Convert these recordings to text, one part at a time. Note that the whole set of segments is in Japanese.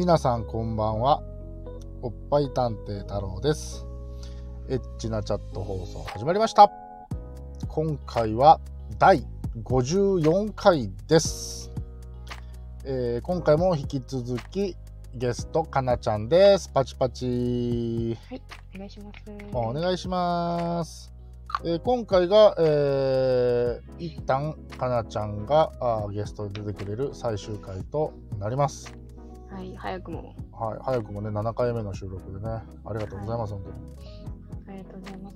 皆さんこんばんは。おっぱい探偵太郎です。エッチなチャット放送始まりました。今回は第54回です。今回も引き続きゲストかなちゃんです。パチパチ。 はい、お願いします。 お願いします。今回が、一旦かなちゃんがゲストで出てくれる最終回となります。 はい、早くも。 はい、早くもね、7回目の収録でね、ありがとうございます、本当に。 ありがとうございます。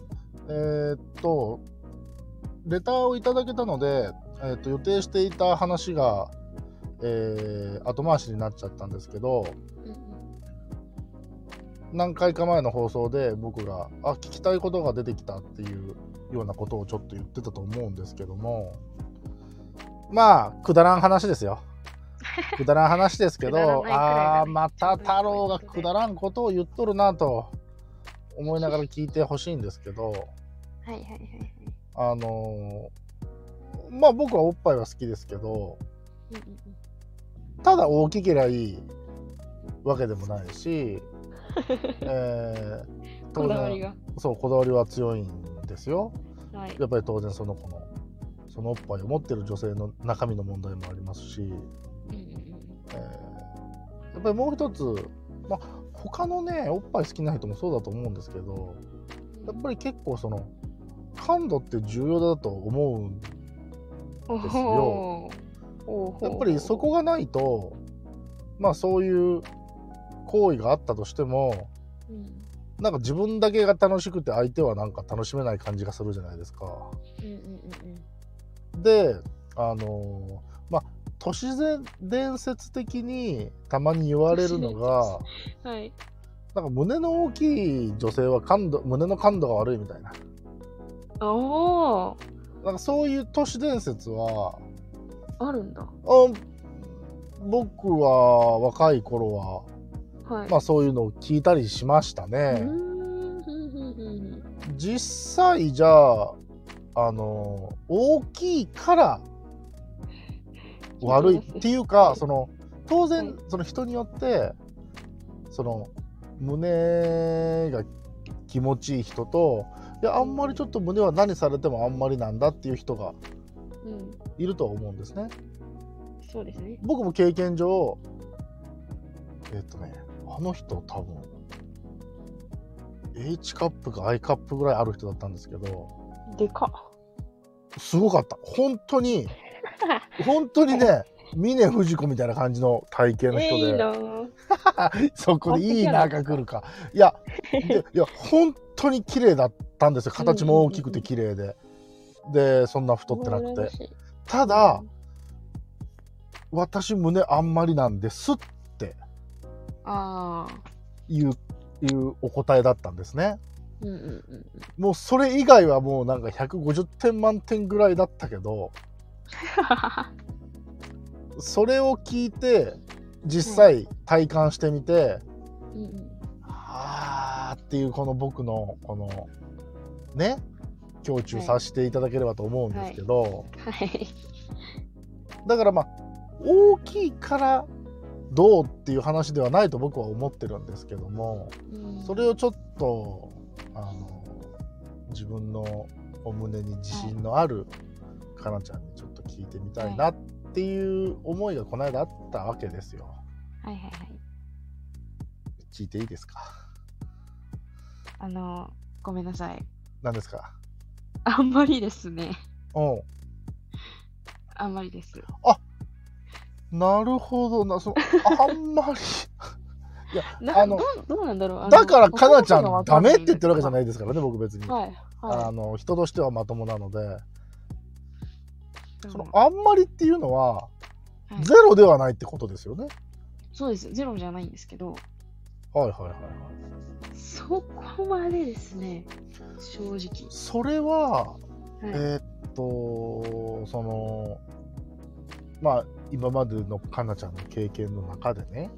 レターをいただけたので、予定していた話が、後回しになっちゃったんですけど、何回か前の放送で僕が聞きたいことが出てきたっていうようなことをちょっと言ってたと思うんですけども、まあくだらん話ですよ。くだらん話ですけどまた太郎がくだらんことを言っとるなと思いながら聞いてほしいんですけど、 はいはいはいはい。 まあ僕はおっぱいは好きですけど、ただ大きけりゃいいわけでもないしこだわりがこだわりは強いんですよ、 はい、 やっぱり当然その子のそのおっぱいを持ってる女性の中身の問題もありますし、やっぱりもう一つ、他のねおっぱい好きな人もそうだと思うんですけど、やっぱり結構その感度って重要だと思うんですよ。やっぱりそこがないとそういう行為があったとしても、なんか自分だけが楽しくて相手はなんか楽しめない感じがするじゃないですか。で都市伝説的にたまに言われるのが、はい、なんか胸の大きい女性は胸の感度が悪いみたいな、なんかそういう都市伝説はあるんだ。 僕は若い頃は、はい、そういうのを聞いたりしましたね。実際じゃあ大きいから悪いっていうか、その当然その人によってその胸が気持ちいい人と、いやあんまりちょっと胸は何されてもあんまりなんだっていう人がいるとは思うんですね。 そうですね。 僕も経験上あの人多分 H カップか I カップぐらいある人だったんですけど、 でかっ、 すごかった。本当にね峰不二子みたいな感じの体型の人で、いいなそこでいいなが来るか。いや本当に綺麗だったんですよ。形も大きくて綺麗で、でそんな太ってなくて、ただ私胸あんまりなんですっていうお答えだったんですね。もうそれ以外はもうなんか150点満点ぐらいだったけどそれを聞いて実際体感してみて、っていうこの僕のこのね胸中させていただければと思うんですけど、だから大きいからどうっていう話ではないと僕は思ってるんですけども、それをちょっと自分のお胸に自信のあるかなちゃんにちょっと聞いてみたいなっていう思いがこの間あったわけですよ。聞いていいですか？ ごめんなさい。 何ですか？ あんまりですね。あんまりです。 なるほどな。あんまりいやどうなんだろう。 だからかなちゃんダメって言ってるわけじゃないですからね、僕別に。人としてはまともなので、そのあんまりっていうのはゼロではないってことですよね。 そうです、ゼロじゃないんですけど、そこまでですね、正直。それはその今までのかなちゃんの経験の中でね、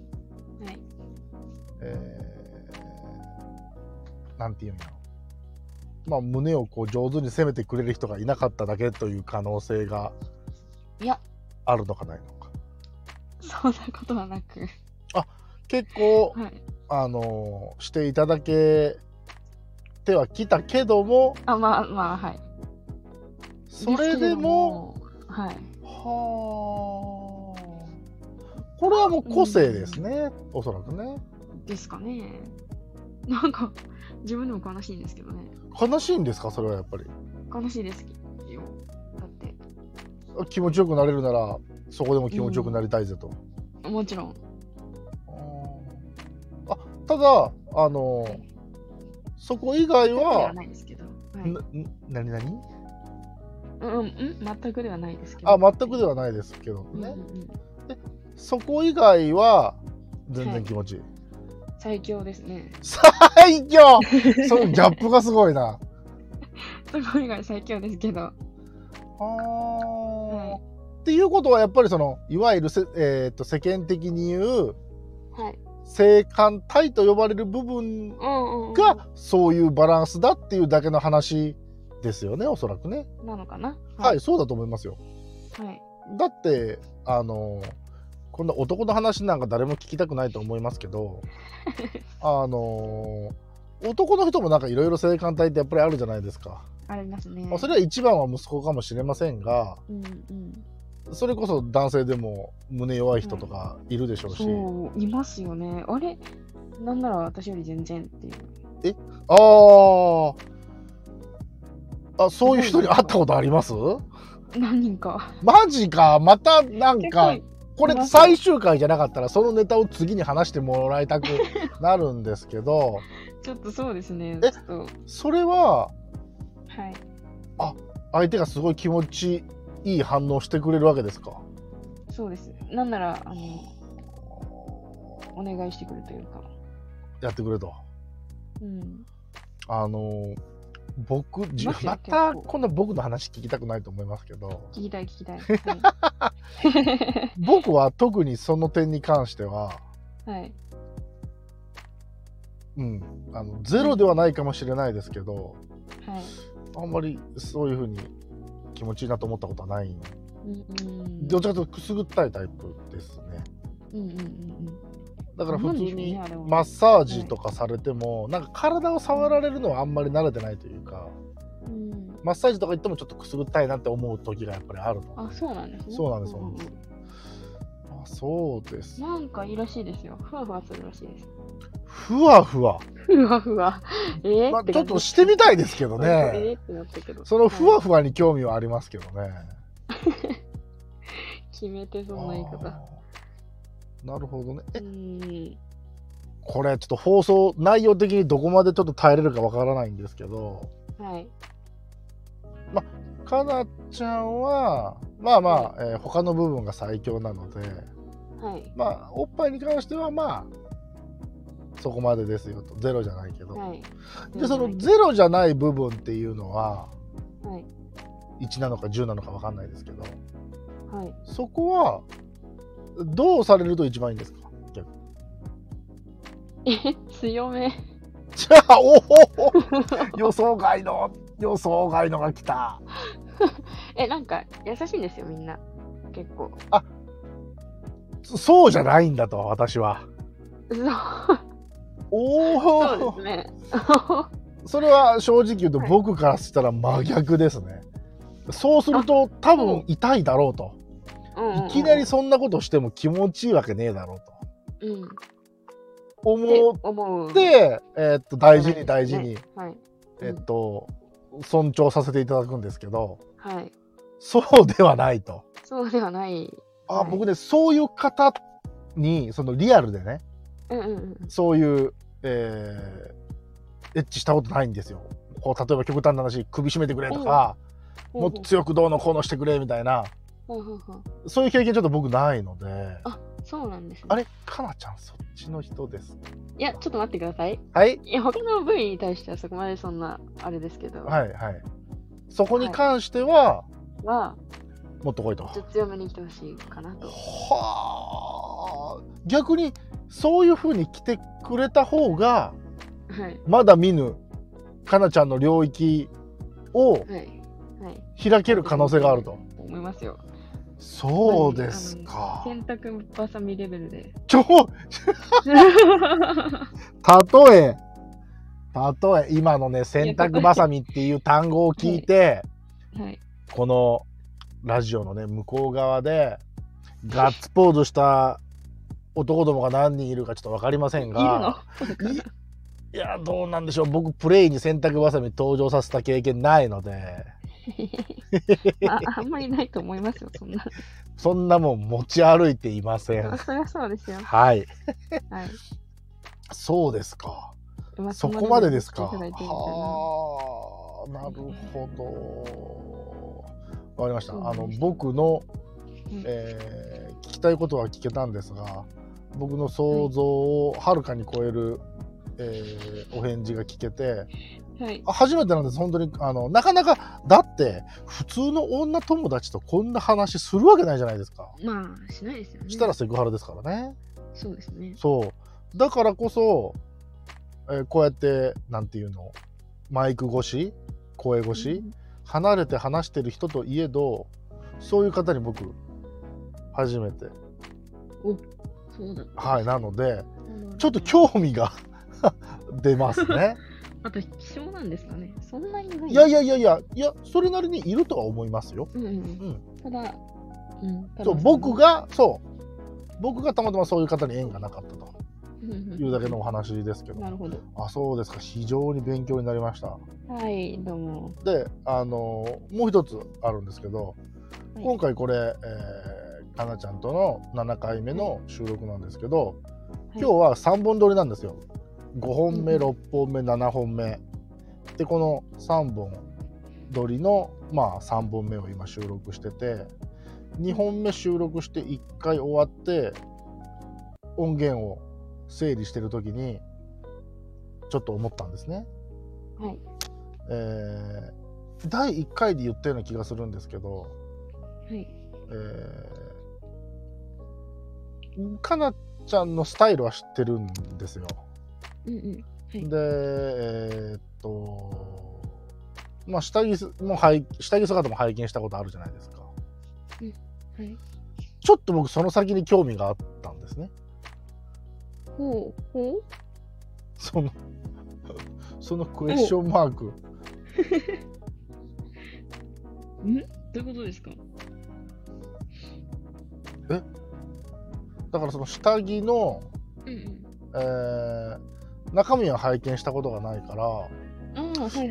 なんていうんやろ、胸をこう上手に攻めてくれる人がいなかっただけという可能性があるのかないのか。 そんなことはなく。 結構、 はい。 していただけてはきたけども、 まあ、はい。 それでも、 はい。 はあ。これはもう個性ですね、おそらくね。 ですかね。なんか、自分でも悲しいんですけどね。 悲しいんですか、それはやっぱり。 悲しいですよ。だって。 気持ちよくなれるなら、そこでも気持ちよくなりたいぜと。 もちろん。 ただ、そこ以外は、 ないですけど。 何全くではないですけど。 全くではないですけどね。そこ以外は、全然気持ちいい。 最強ですね。 最強そのギャップがすごいな。 そこ以外最強ですけど。 っていうことはやっぱりいわゆる世間的に言う、 はい、 性感帯と呼ばれる部分がそういうバランスだっていうだけの話ですよね、おそらくね。 なのかな。 はい、そうだと思いますよ。 はい、 だってこんな男の話なんか誰も聞きたくないと思いますけど男の人もなんかいろいろ性感帯ってやっぱりあるじゃないですか。 ありますね。 それは一番は息子かもしれませんが、それこそ男性でも胸弱い人とかいるでしょうし、 そういますよね。あれなんなら私より全然っていう。 そういう人に会ったことあります？ 何人か。 マジか。またなんかこれ最終回じゃなかったらそのネタを次に話してもらいたくなるんですけどちょっとそうですね。 それは、 はい、 相手がすごい気持ちいい反応してくれるわけですか？ そうです。なんならお願いしてくるというか、 やってくれと。僕またこんな僕の話聞きたくないと思いますけど、 聞きたい、 はい、僕は特にその点に関しては、 はい、 ゼロではないかもしれないですけど、 はい、 あんまりそういう風に気持ちいいなと思ったことはない。どちらかというとくすぐったいタイプですね。だから普通にマッサージとかされても、なんか体を触られるのはあんまり慣れてないというか、マッサージとか行ってもちょっとくすぐったいなって思う時がやっぱりあるの。 そうなんですね。 そうなんです。そうです。 なんかいいらしいですよ。ふわふわするらしいです。 ふわふわ。 ふわふわ。 ちょっとしてみたいですけどね。そのふわふわに興味はありますけどね。 決めてそんな言い方。 なるほどね。これちょっと放送内容的にどこまでちょっと耐えれるかわからないんですけど、 はい。 かなちゃんは他の部分が最強なので、 はい、 おっぱいに関してはそこまでですよと。ゼロじゃないけど、でそのゼロじゃない部分っていうのは、1なのか10なのか分かんないですけど、そこはどうされると一番いいんですか？ 強め。 じゃあ予想外のが来た。 なんか優しいんですよみんな結構。 そうじゃないんだと私は。 そうですね。 それは正直言うと僕からしたら真逆ですね。そうすると多分痛いだろうと。いきなりそんなことしても気持ちいいわけねえだろうと思って、大事に、尊重させていただくんですけど、そうではないと。 そうではない。 僕ね、そういう方にリアルでね、そういうエッチしたことないんですよ。例えば極端な話、首絞めてくれとか、もっと強くどうのこうのしてくれみたいな、そういう経験ちょっと僕ないので。 そうなんですね。 あれ、かなちゃんそっちの人です？ いや、ちょっと待ってください。 はい。 いや、他の部位に対してはそこまでそんなあれですけど。 そこに関しては、もっと来いと。 強めに来てほしいかなと。 逆にそういう風に来てくれた方が、まだ見ぬかなちゃんの領域を開ける可能性があると。 思いますよ。 そうですか。 洗濯バサミレベルで。 例え今のね洗濯バサミっていう単語を聞いて、 はい、 このラジオのね向こう側でガッツポーズした男どもが何人いるかちょっと分かりませんが、いやどうなんでしょう。僕プレイに洗濯バサミ登場させた経験ないのであんまりないと思いますよ。 そんなもん持ち歩いていません。 そりゃそうですよ。 はい、 はい、 そうですか。そこまでですか。はあ、なるほど。わかりました。僕の、聞きたいことは聞けたんですが、僕の想像をはるかに超える、お返事が聞けて、 はい、 初めてなんです。本当になかなかだって普通の女友達とこんな話するわけないじゃないですか。 まあしないですよね。 したらセクハラですからね。 そうですね。 そうだからこそ、こうやってなんていうの、マイク越し声越し、離れて話してる人といえど、そういう方に僕初めて。 そうだ。 はい、なのでちょっと興味が出ますね。 あと希少なんですかね。そんなにない。 いやそれなりにいるとは思いますよ。 ただ、 そう僕がたまたまそういう方に縁がなかったというだけのお話ですけど。 なるほど。 あ、そうですか。非常に勉強になりました。 はい、どうも。 で、もう一つあるんですけど、今回これ、かなちゃんとの7回目の収録なんですけど、今日は3本撮りなんですよ。5本目、6本目、7本目で、この3本撮りの3本目を今収録してて、2本目収録して1回終わって音源を整理してる時にちょっと思ったんですね。 はい。 第1回で言ったような気がするんですけど、 はい。 かなちゃんのスタイルは知ってるんですよ。で、下着姿も拝見したことあるじゃないですか。 はい、 ちょっと僕その先に興味があったんですね。そのクエスチョンマーク。 どういうことですか？ だからその下着の、中身は拝見したことがないから、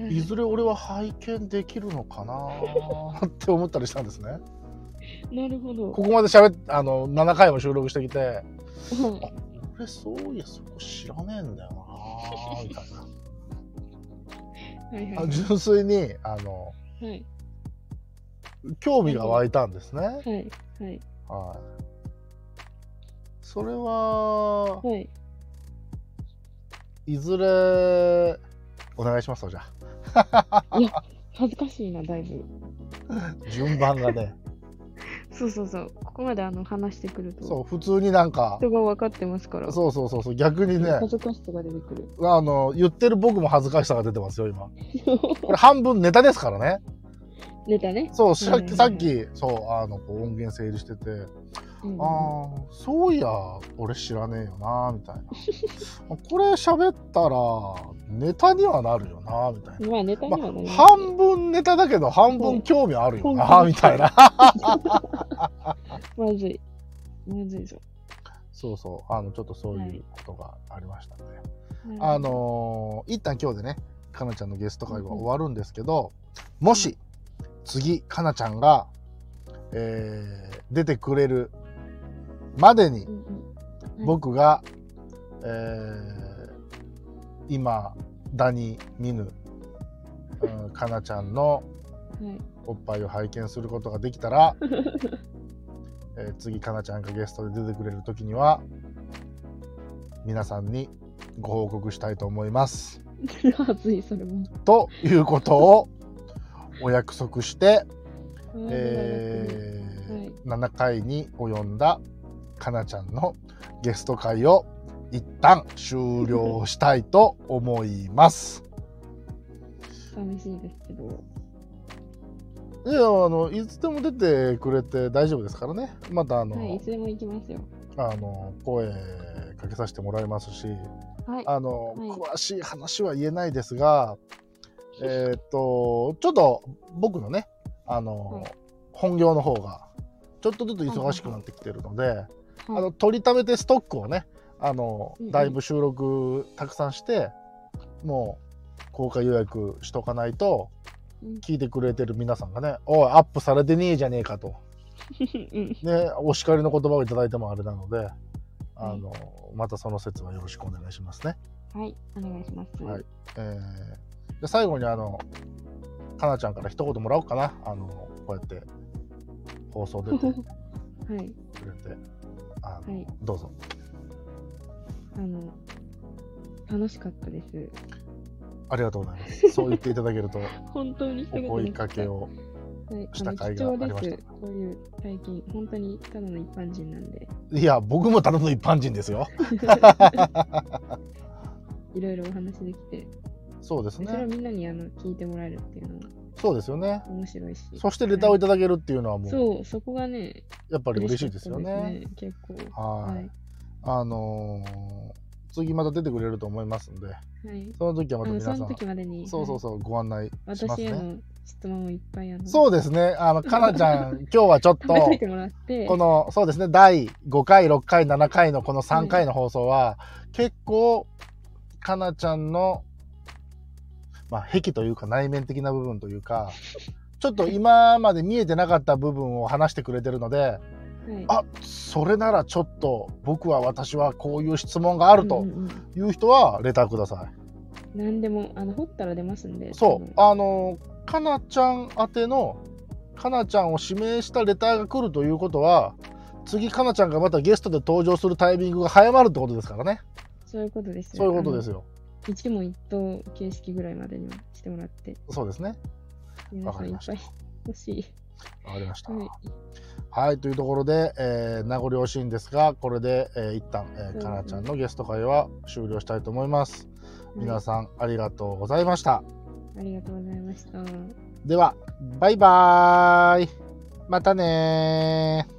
いずれ俺は拝見できるのかなって思ったりしたんですね。 なるほど。 ここまで7回も収録してきて、俺そういやそこ知らねえんだよなみたいな。純粋に興味が湧いたんですね。それは、いずれお願いしますよ。じゃあ。いや恥ずかしいな、だいぶ。 順番がね。 そう。ここまで話してくると。 そう、普通になんか。 人が分かってますから。 そう逆にね。 恥ずかしさが出てくる。 言ってる僕も恥ずかしさが出てますよ今。これ半分ネタですからね。 ネタね。 そう、さっき音源整理してて、そういや俺知らねえよなみたいな。これ喋ったらネタにはなるよなみたいな。 ネタにはなりますね。 半分ネタだけど半分興味あるよなみたいな。 まずいぞ。 ちょっとそういうことがありましたね。一旦今日でねかなちゃんのゲスト会は終わるんですけど、もし次かなちゃんが、出てくれるまでに、僕が、今だに見ぬ、かなちゃんのおっぱいを拝見することができたら、次かなちゃんがゲストで出てくれる時には皆さんにご報告したいと思います。 熱いそれも。 ということをお約束して、7回に及んだかなちゃんのゲスト会を一旦終了したいと思います。 寂しいですけど。 いや、いつでも出てくれて大丈夫ですからね。またはい、いつでも行きますよ。 声かけさせてもらいますし、 はい。 詳しい話は言えないですが、ちょっと僕のね、本業の方がちょっとずつ忙しくなってきてるので、取りためてストックをね、だいぶ収録たくさんして、もう公開予約しとかないと、聞いてくれてる皆さんがね、おいアップされてねえじゃねえかとね、お叱りの言葉をいただいてもあれなので、またその説はよろしくお願いしますね。 はい、お願いします。 はい。で最後にかなちゃんから一言もらおうかな。こうやって放送出てくれて、はい、どうぞ。 楽しかったです。 ありがとうございます。そう言っていただけると本当にお声かけをした甲斐がありました。 こういう体験、本当にただの一般人なんで。 いや、僕もただの一般人ですよ。 いろいろお話できて。 そうですね。 それをみんなに聞いてもらえるっていうのは。 そうですよね。 面白いし。 そしてレターをいただけるっていうのはもう。 そう、そこがね。 やっぱり嬉しいですよね。 結構。 はい。次また出てくれると思いますんで、その時はまた皆さん、 その時までにご案内しますね。 私への質問もいっぱいそうですね。かなちゃん、今日はちょっとこのそうですね、第5回、6回、7回のこの3回の放送は、結構かなちゃんの癖というか内面的な部分というか、ちょっと今まで見えてなかった部分を話してくれてるので。それならちょっと私はこういう質問があるという人はレターください。何でも掘ったら出ますんで。 そう、かなちゃん宛てのかなちゃんを指名したレターが来るということは、次かなちゃんがまたゲストで登場するタイミングが早まるってことですからね。 そういうことですよ。 そういうことですよ。 一問一答形式ぐらいまでにはしてもらって。 そうですね。 皆さんいっぱい欲しい。 わかりました。はい、というところで、名残惜しいんですが、これで、一旦、かなちゃんのゲスト会は終了したいと思います。皆さんありがとうございました。 ありがとうございました。 では、バイバーイ。またねー。